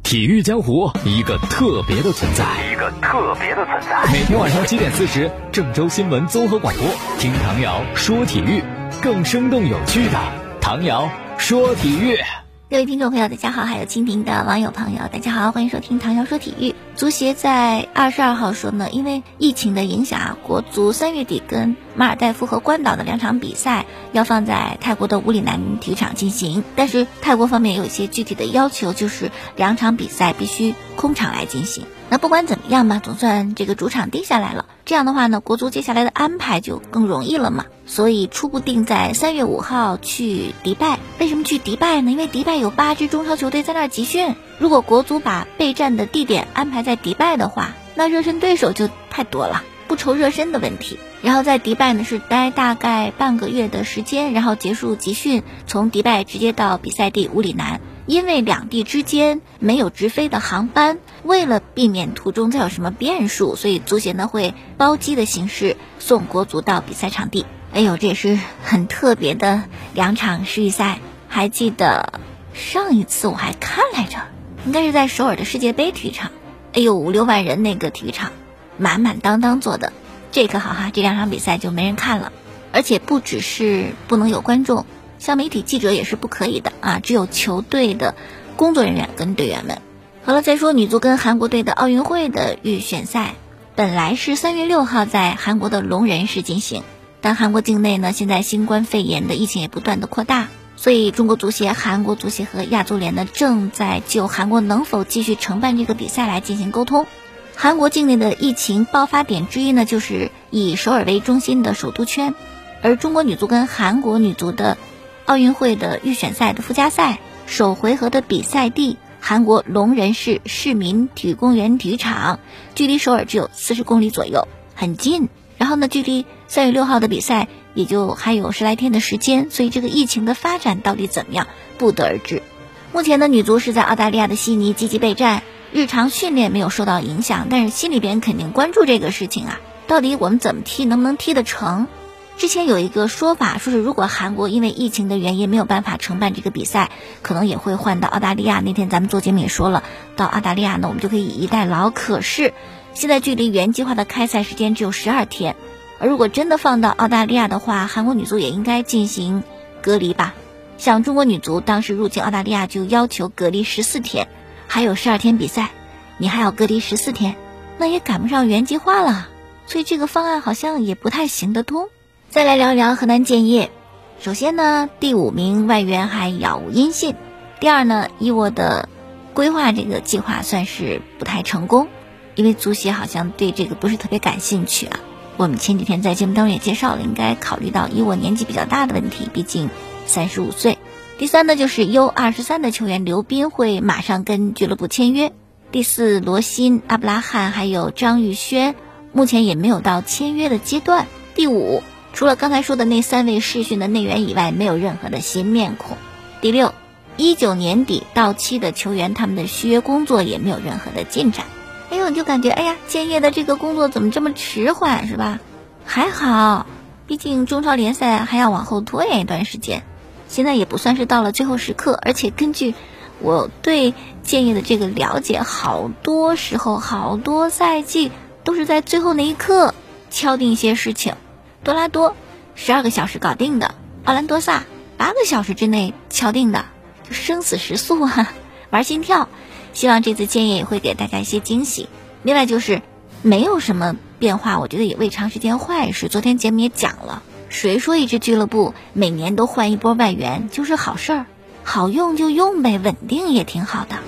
体育江湖，一个特别的存在。每天晚上7点40，郑州新闻综合广播，听唐瑶说体育，更生动有趣的唐瑶说体育。 各位听众朋友大家好，还有蜻蜓的网友朋友大家好，欢迎收听唐瑶说体育。足协在22号说呢，因为疫情的影响国足3月底跟马尔代夫和关岛的2场比赛要放在泰国的武里南体育场进行，但是泰国方面有一些具体的要求，就是2场比赛必须空场来进行。那不管怎么样吧，总算这个主场定下来了，这样的话呢，国足接下来的安排就更容易了嘛。所以初步定在3月5号去迪拜。为什么去迪拜呢？因为迪拜有8支中超球队在那儿集训，如果国足把备战的地点安排在迪拜的话，那热身对手就太多了，不愁热身的问题。然后在迪拜呢是待大概半个月的时间，然后结束集训，从迪拜直接到比赛地武里南。因为两地之间没有直飞的航班，为了避免途中再有什么变数，所以足协呢会包机的形式送国足到比赛场地。哎呦，这也是很特别的2场世预赛。还记得上一次我还看来着，应该是在首尔的世界杯体育场，哎呦5-6万人那个体育场满满当当坐的，这可好哈，这2场比赛就没人看了。而且不只是不能有观众，像媒体记者也是不可以的啊，只有球队的工作人员跟队员们。好了，再说女足跟韩国队的奥运会的预选赛，本来是3月6号在韩国的龙仁市进行，但韩国境内呢，现在新冠肺炎的疫情也不断的扩大，所以中国足协、韩国足协和亚足联呢，正在就韩国能否继续承办这个比赛来进行沟通。韩国境内的疫情爆发点之一呢，就是以首尔为中心的首都圈，而中国女足跟韩国女足的奥运会的预选赛的附加赛首回合的比赛地韩国龙仁市市民体育公园体育场，距离首尔只有40公里左右，很近。然后呢，距离3月6号的比赛也就还有10来天的时间，所以这个疫情的发展到底怎么样不得而知。目前的女足是在澳大利亚的悉尼积极备战，日常训练没有受到影响，但是心里边肯定关注这个事情啊，到底我们怎么踢，能不能踢得成。之前有一个说法，说是如果韩国因为疫情的原因没有办法承办这个比赛，可能也会换到澳大利亚。那天咱们做节目也说了，到澳大利亚呢我们就可以以逸待劳。可是现在距离原计划的开赛时间只有12天，而如果真的放到澳大利亚的话，韩国女足也应该进行隔离吧。像中国女足当时入境澳大利亚就要求隔离14天，还有12天比赛，你还要隔离14天，那也赶不上原计划了，所以这个方案好像也不太行得通。再来聊聊河南建业。首先呢，第5名外援还杳无音信。第二呢，伊沃的规划这个计划算是不太成功，因为足协好像对这个不是特别感兴趣啊。我们前几天在节目当中也介绍了，应该考虑到伊沃年纪比较大的问题，毕竟35岁。第3呢，就是 U23 的球员刘彬会马上跟俱乐部签约。第4，罗辛、阿布拉罕还有张玉轩目前也没有到签约的阶段。第5，除了刚才说的那3位试训的内援以外，没有任何的新面孔。第6，19年底到期的球员，他们的续约工作也没有任何的进展。哎呦，你就感觉哎呀，建业的这个工作怎么这么迟缓是吧？还好，毕竟中超联赛还要往后拖延一段时间，现在也不算是到了最后时刻。而且根据我对建业的这个了解，好多时候好多赛季都是在最后那一刻敲定一些事情。多拉多12个小时搞定的，奥兰多萨8个小时之内敲定的，就生死时速啊，玩心跳。希望这次建业也会给大家一些惊喜。另外就是没有什么变化，我觉得也未尝是件坏事。昨天节目也讲了，谁说一支俱乐部每年都换一波外援就是好事儿？好用就用呗，稳定也挺好的。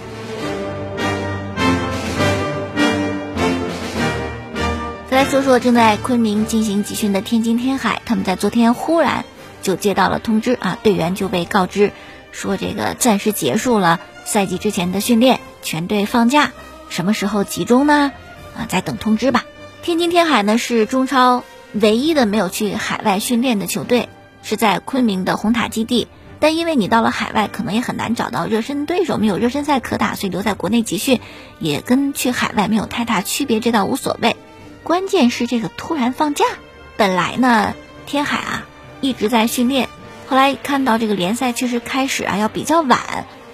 再来说说正在昆明进行集训的天津天海，他们在昨天忽然就接到了通知啊，队员就被告知说这个暂时结束了赛季之前的训练，全队放假，什么时候集中呢？再等通知吧。天津天海呢是中超唯一的没有去海外训练的球队，是在昆明的红塔基地，但因为你到了海外可能也很难找到热身对手，没有热身赛可打，所以留在国内集训也跟去海外没有太大区别，这倒无所谓。关键是这个突然放假，本来呢天海一直在训练，后来看到这个联赛确实开始要比较晚，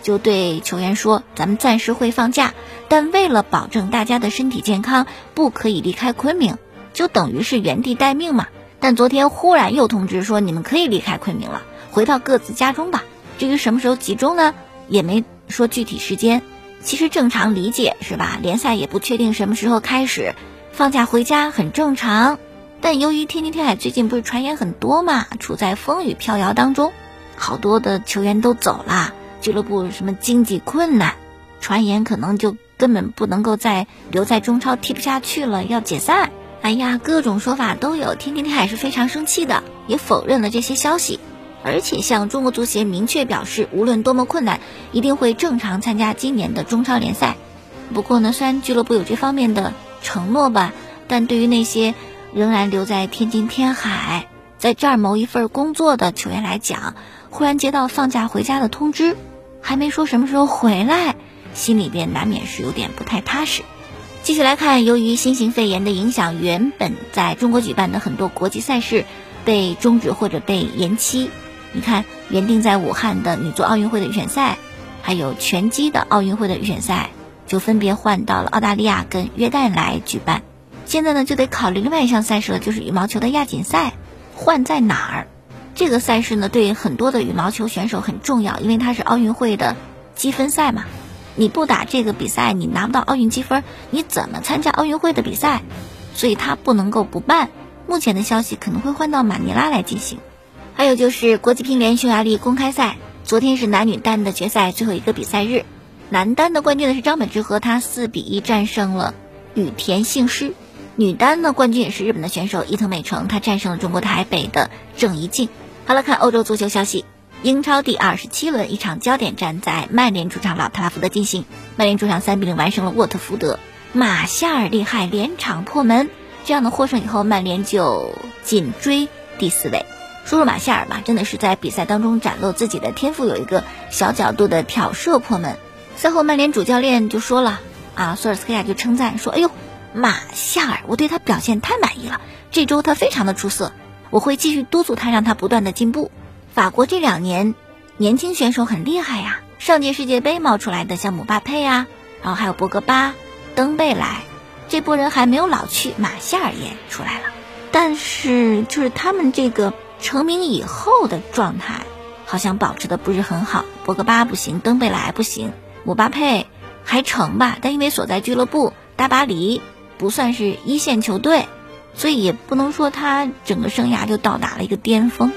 就对球员说，咱们暂时会放假，但为了保证大家的身体健康，不可以离开昆明，就等于是原地待命嘛。但昨天忽然又通知说，你们可以离开昆明了，回到各自家中吧。至于什么时候集中呢，也没说具体时间。其实正常理解是吧，联赛也不确定什么时候开始，放假回家很正常。但由于天津天海最近不是传言很多嘛，处在风雨飘摇当中，好多的球员都走了，俱乐部什么经济困难，传言可能就根本不能够再留在中超踢不下去了，要解散。哎呀，各种说法都有，天津天海是非常生气的，也否认了这些消息，而且向中国足协明确表示，无论多么困难，一定会正常参加今年的中超联赛。不过呢，虽然俱乐部有这方面的承诺吧，但对于那些仍然留在天津天海，在这儿谋一份工作的球员来讲，忽然接到放假回家的通知，还没说什么时候回来，心里边难免是有点不太踏实。继续来看，由于新型肺炎的影响，原本在中国举办的很多国际赛事被终止或者被延期。你看，原定在武汉的女足奥运会的预选赛，还有拳击的奥运会的预选赛，就分别换到了澳大利亚跟约旦来举办。现在呢，就得考虑另外一项赛事了，就是羽毛球的亚锦赛，换在哪儿？这个赛事呢，对很多的羽毛球选手很重要，因为它是奥运会的积分赛嘛。你不打这个比赛，你拿不到奥运积分，你怎么参加奥运会的比赛？所以它不能够不办。目前的消息可能会换到马尼拉来进行。还有就是国际乒联匈牙利公开赛，昨天是男女单的决赛最后一个比赛日，男单的冠军呢是张本智和，他4-1战胜了羽田信狮。女单呢冠军也是日本的选手伊藤美诚，她战胜了中国台北的郑怡静。好了，看欧洲足球消息，英超第27轮，一场焦点战在曼联主场老特拉福德进行，曼联主场3-0完胜了沃特福德。马夏尔厉害，连场破门，这样的获胜以后，曼联就紧追第4位。说说马夏尔吧，真的是在比赛当中展露自己的天赋，有一个小角度的挑射破门。赛后曼联主教练就说了索尔斯克亚就称赞说，哎呦，马夏尔，我对他表现太满意了，这周他非常的出色，我会继续督促他，让他不断的进步。法国这2年年轻选手很厉害呀，上届世界杯冒出来的像姆巴佩呀，然后还有博格巴、登贝莱，这波人还没有老去，马夏尔也出来了。但是就是他们这个成名以后的状态好像保持的不是很好，博格巴不行，登贝莱不行，姆巴佩还成吧，但因为所在俱乐部大巴黎不算是一线球队，所以也不能说他整个生涯就到达了一个巅峰。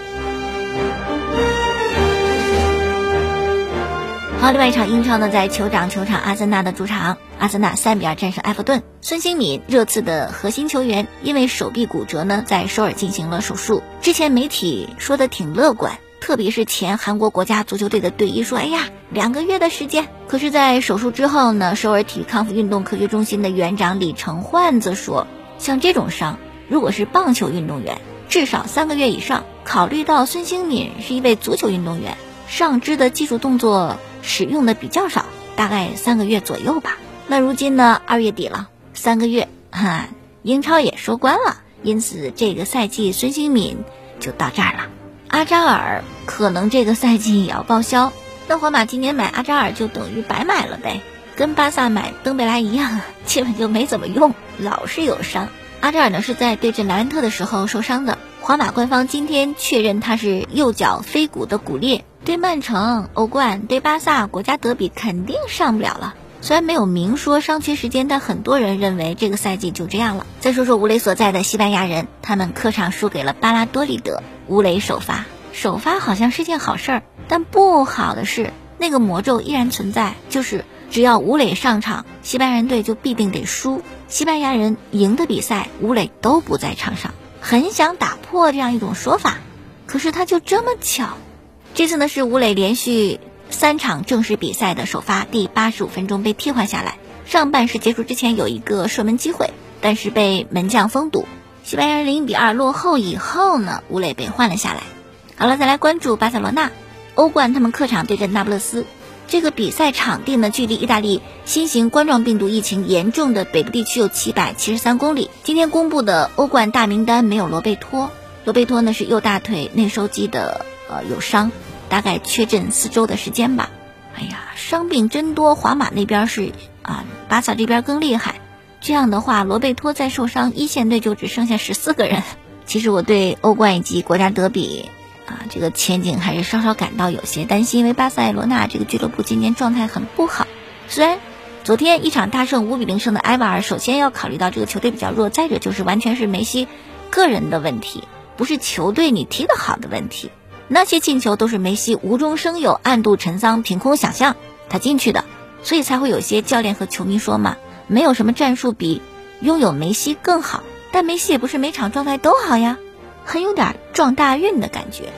好，另外一场英超呢，在酋长球场阿森纳的主场，阿森纳3-2战胜埃弗顿。孙兴敏热刺的核心球员因为手臂骨折呢，在首尔进行了手术。之前媒体说的挺乐观，特别是前韩国国家足球队的队医说，哎呀，2个月的时间。可是在手术之后呢，首尔体育康复运动科学中心的园长李承焕则说，像这种伤如果是棒球运动员，至少3个月以上。考虑到孙兴敏是一位足球运动员，上肢的技术动作使用的比较少，大概3个月左右吧。那如今呢，2月底了，3个月英超也收官了，因此这个赛季孙兴敏就到这儿了。阿扎尔可能这个赛季也要报销，那皇马今年买阿扎尔就等于白买了呗，跟巴萨买登贝莱一样，基本就没怎么用，老是有伤。阿扎尔呢是在对阵莱万特的时候受伤的，皇马官方今天确认他是右脚腓骨的骨裂，对曼城、欧冠、对巴萨国家德比肯定上不了了。虽然没有明说伤缺时间，但很多人认为这个赛季就这样了。再说说吴磊所在的西班牙人，他们客场输给了巴拉多利德，吴磊首发好像是件好事儿，但不好的是那个魔咒依然存在，就是只要吴磊上场，西班牙人队就必定得输。西班牙人赢的比赛，吴磊都不在场上，很想打破这样一种说法，可是他就这么巧。这次呢是吴磊连续3场正式比赛的首发，第85分钟被替换下来，上半时结束之前有一个射门机会，但是被门将封堵。西班牙人0-2落后以后呢，吴磊被换了下来。好了，再来关注巴塞罗那欧冠，他们客场对阵那不勒斯。这个比赛场地呢，距离意大利新型冠状病毒疫情严重的北部地区有773公里。今天公布的欧冠大名单没有罗贝托，罗贝托呢是右大腿内收肌的有伤，大概缺阵4周的时间吧。 哎呀，伤病真多，皇马那边是巴萨这边更厉害。这样的话，罗贝托再受伤，一线队就只剩下14个人。其实我对欧冠以及国家德比这个前景还是稍稍感到有些担心，因为巴塞罗那这个俱乐部今年状态很不好。虽然昨天一场大胜5-0胜的埃瓦尔，首先要考虑到这个球队比较弱，再者就是完全是梅西个人的问题，不是球队你踢得好的问题。那些进球都是梅西无中生有、暗度陈仓、凭空想象他进去的，所以才会有些教练和球迷说嘛，没有什么战术比拥有梅西更好。但梅西也不是每场状态都好呀，很有点撞大运的感觉。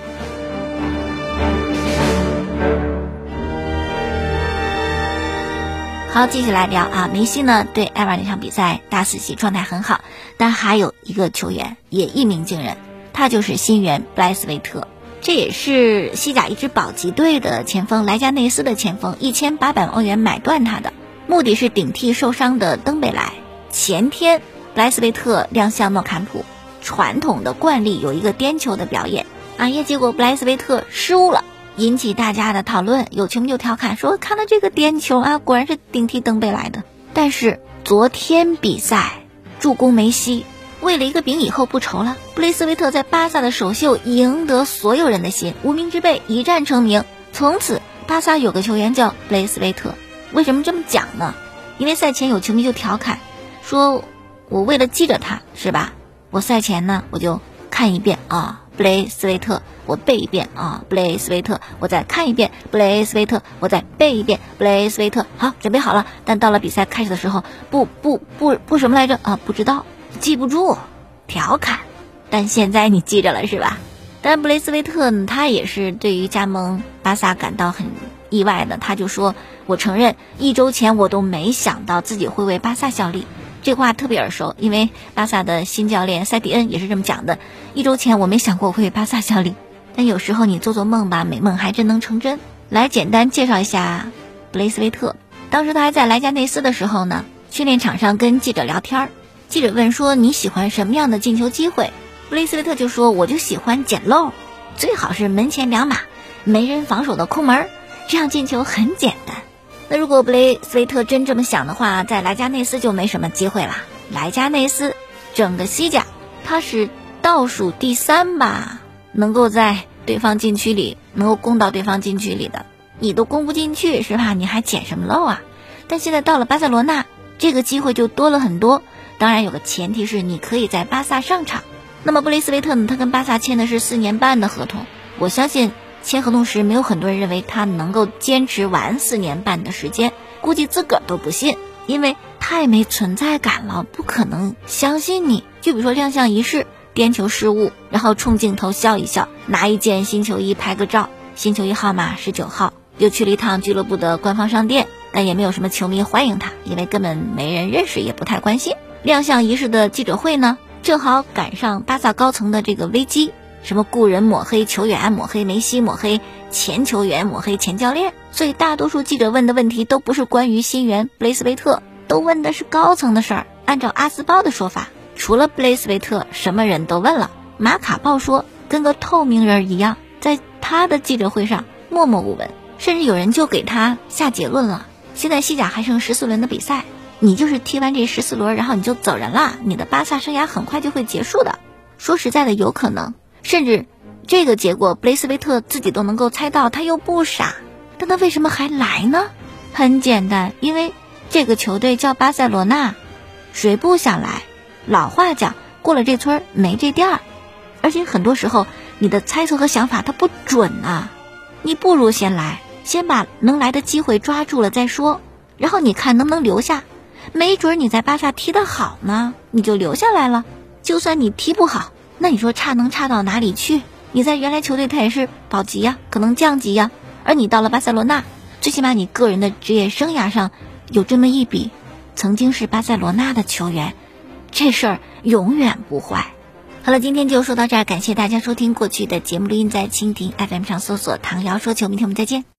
好，继续来聊梅西呢对埃瓦尔那场比赛大四喜，状态很好，但还有一个球员也一鸣惊人，他就是新援布莱斯维特。这也是西甲一支保级队的前锋莱加内斯的前锋，1800万欧元买断他的，目的是顶替受伤的登贝莱。前天布莱斯维特亮相诺坎普，传统的惯例有一个颠球的表演结果布莱斯维特失误了，引起大家的讨论。有球迷就调侃说，看了这个颠球果然是顶替登贝莱的。但是昨天比赛助攻梅西，为了一个饼以后不愁了。布雷斯维特在巴萨的首秀赢得所有人的心，无名之辈一战成名。从此巴萨有个球员叫布雷斯维特。为什么这么讲呢？因为赛前有球迷就调侃说，我为了记着他是吧，我赛前呢我就看一遍布雷斯维特，我背一遍布雷斯维特，我再看一遍布雷斯维特，我再背一遍布雷斯维特。好，准备好了。但到了比赛开始的时候，不什么来着不知道，记不住，调侃。但现在你记着了是吧？但布雷斯维特呢，他也是对于加盟巴萨感到很意外的。他就说，我承认1周前我都没想到自己会为巴萨效力。这话特别耳熟，因为巴萨的新教练塞蒂恩也是这么讲的，1周前我没想过我会为巴萨效力。但有时候你做做梦吧，美梦还真能成真。来简单介绍一下布雷斯维特。当时他还在莱加内斯的时候呢，训练场上跟记者聊天，记者问说，你喜欢什么样的进球机会？布雷斯维特就说，我就喜欢捡漏，最好是门前2码没人防守的空门，这样进球很简单。那如果布雷斯维特真这么想的话，在莱加内斯就没什么机会了。莱加内斯整个西甲他是倒数第3吧，能够在对方禁区里能够攻到对方禁区里的，你都攻不进去是吧？你还捡什么漏啊？但现在到了巴塞罗那，这个机会就多了很多。当然有个前提是你可以在巴萨上场。那么布雷斯维特呢，他跟巴萨签的是4年半的合同，我相信签合同时没有很多人认为他能够坚持完4年半的时间，估计自个儿都不信，因为太没存在感了，不可能相信你。就比如说亮相仪式，颠球失误，然后冲镜头笑一笑，拿一件新球衣拍个照，新球衣号码19号，又去了一趟俱乐部的官方商店，但也没有什么球迷欢迎他，因为根本没人认识，也不太关心。亮相仪式的记者会呢，正好赶上巴萨高层的这个危机，什么雇人抹黑球员，抹黑梅西，抹黑前球员，抹黑前教练，所以大多数记者问的问题都不是关于新援布雷斯维特，都问的是高层的事儿。按照阿斯报的说法，除了布雷斯维特，什么人都问了。马卡报说跟个透明人一样，在他的记者会上默默无闻，甚至有人就给他下结论了。现在西甲还剩14轮的比赛，你就是踢完这14轮，然后你就走人啦，你的巴萨生涯很快就会结束的。说实在的，有可能，甚至这个结果布雷斯维特自己都能够猜到，他又不傻。但他为什么还来呢？很简单，因为这个球队叫巴塞罗那，谁不想来？老话讲，过了这村没这店儿。而且很多时候你的猜测和想法它不准啊，你不如先来，先把能来的机会抓住了再说，然后你看能不能留下。没准你在巴萨踢得好呢，你就留下来了。就算你踢不好，那你说差能差到哪里去？你在原来球队他也是保级呀，可能降级呀，而你到了巴塞罗那，最起码你个人的职业生涯上有这么一笔曾经是巴塞罗那的球员，这事儿永远不坏。好了，今天就说到这儿，感谢大家收听。过去的节目录音在蜻蜓 FM 上搜索唐瑶说球，明天我们再见。